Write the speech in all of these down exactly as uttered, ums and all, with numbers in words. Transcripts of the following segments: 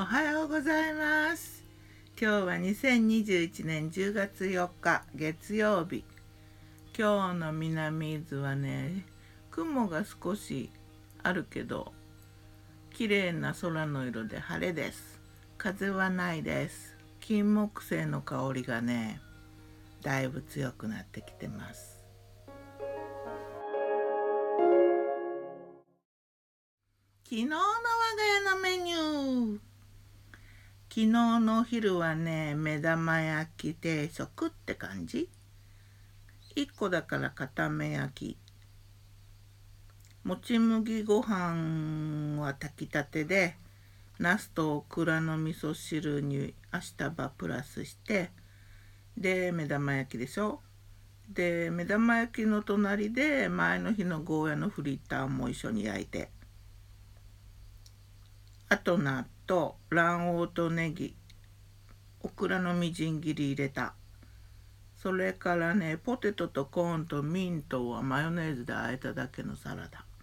おはようございます。今日はにせんにじゅういちねんじゅうがつよっか月曜日。今日の南伊豆はね、雲が少しあるけど綺麗な空の色で晴れです。風はないです。金木犀の香りがね、だいぶ強くなってきてます。昨日の我が家のメニュー。昨日のお昼はね、目玉焼き定食って感じ。いっこだから固め焼き。もち麦ご飯は炊きたてで、ナスとオクラの味噌汁にアシタバプラスして、で目玉焼きでしょ。で目玉焼きの隣で前の日のゴーヤのフリッターも一緒に焼いて、あと納豆、卵黄とネギ、オクラのみじん切り入れた。それからね、ポテトとコーンとミントをマヨネーズで和えただけのサラダ。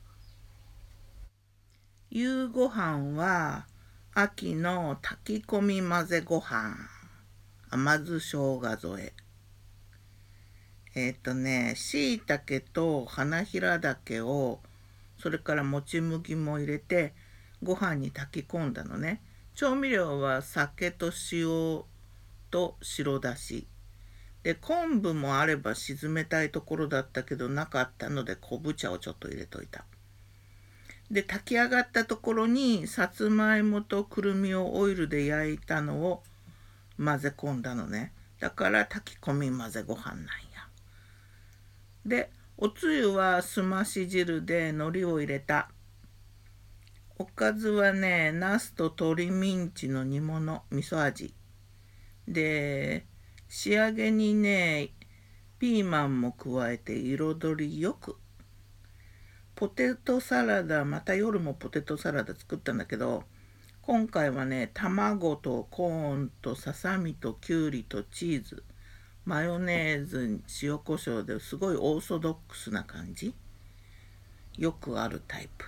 夕ご飯は秋の炊き込み混ぜご飯、甘酢生姜添え。えっ、ー、とね、しいたけと花平茸を、それからもち麦も入れてご飯に炊き込んだのね。調味料は酒と塩と白だしで、昆布もあれば沈めたいところだったけどなかったので昆布茶をちょっと入れといた。で炊き上がったところにさつまいもとくるみをオイルで焼いたのを混ぜ込んだのね。だから炊き込み混ぜご飯なんや。でおつゆはすまし汁で海苔を入れた。おかずはね、なすと鶏ミンチの煮物、味噌味で、仕上げにね、ピーマンも加えて彩りよく。ポテトサラダ、また夜もポテトサラダ作ったんだけど、今回はね、卵とコーンとささみときゅうりとチーズ、マヨネーズ、塩コショウですごいオーソドックスな感じ。よくあるタイプ。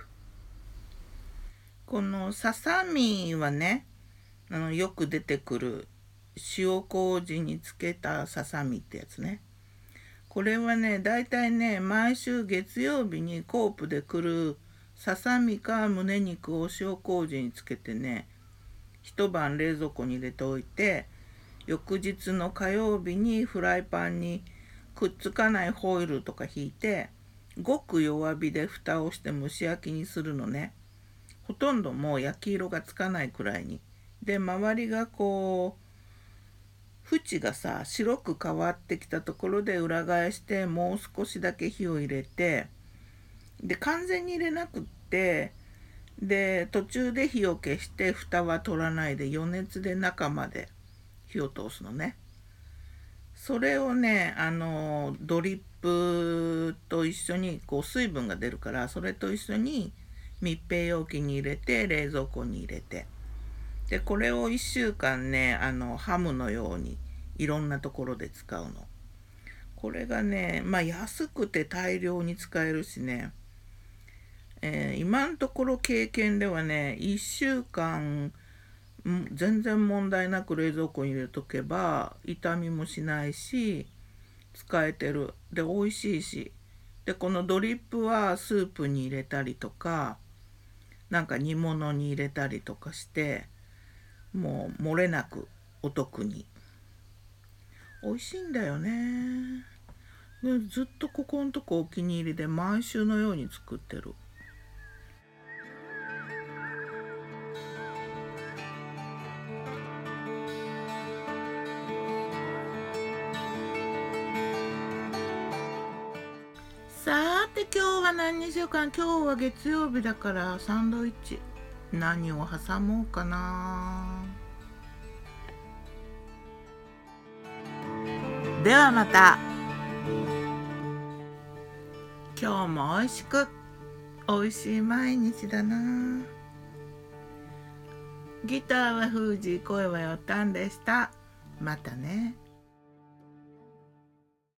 このささみはね、あのよく出てくる塩麹につけたささみってやつね。これはね、だいたいね、毎週月曜日にコープで来るささみか胸肉を塩麹につけてね、一晩冷蔵庫に入れておいて、翌日の火曜日にフライパンにくっつかないホイルとか引いて、ごく弱火で蓋をして蒸し焼きにするのね。ほとんどもう焼き色がつかないくらいに。で、周りがこう、縁がさ白く変わってきたところで裏返してもう少しだけ火を入れて、で完全に入れなくって、で途中で火を消して蓋は取らないで余熱で中まで火を通すのね。それをね、あのドリップと一緒にこう水分が出るから、それと一緒に密閉容器に入れて冷蔵庫に入れて、でこれをいっしゅうかんね、あのハムのようにいろんなところで使うの。これがね、まあ安くて大量に使えるしね、えー、今のところ経験ではね、いっしゅうかん全然問題なく冷蔵庫に入れとけば傷みもしないし使えてる。で美味しいし、でこのドリップはスープに入れたりとか、なんか煮物に入れたりとかして、もう漏れなくお得に美味しいんだよね。でずっとここのとこお気に入りで毎週のように作ってる。さーて今日は何にしようかな。今日は月曜日だからサンドイッチ何を挟もうかな。ではまた。今日も美味しく美味しい毎日だな。ギターはフージー、声はよったんでした。またね。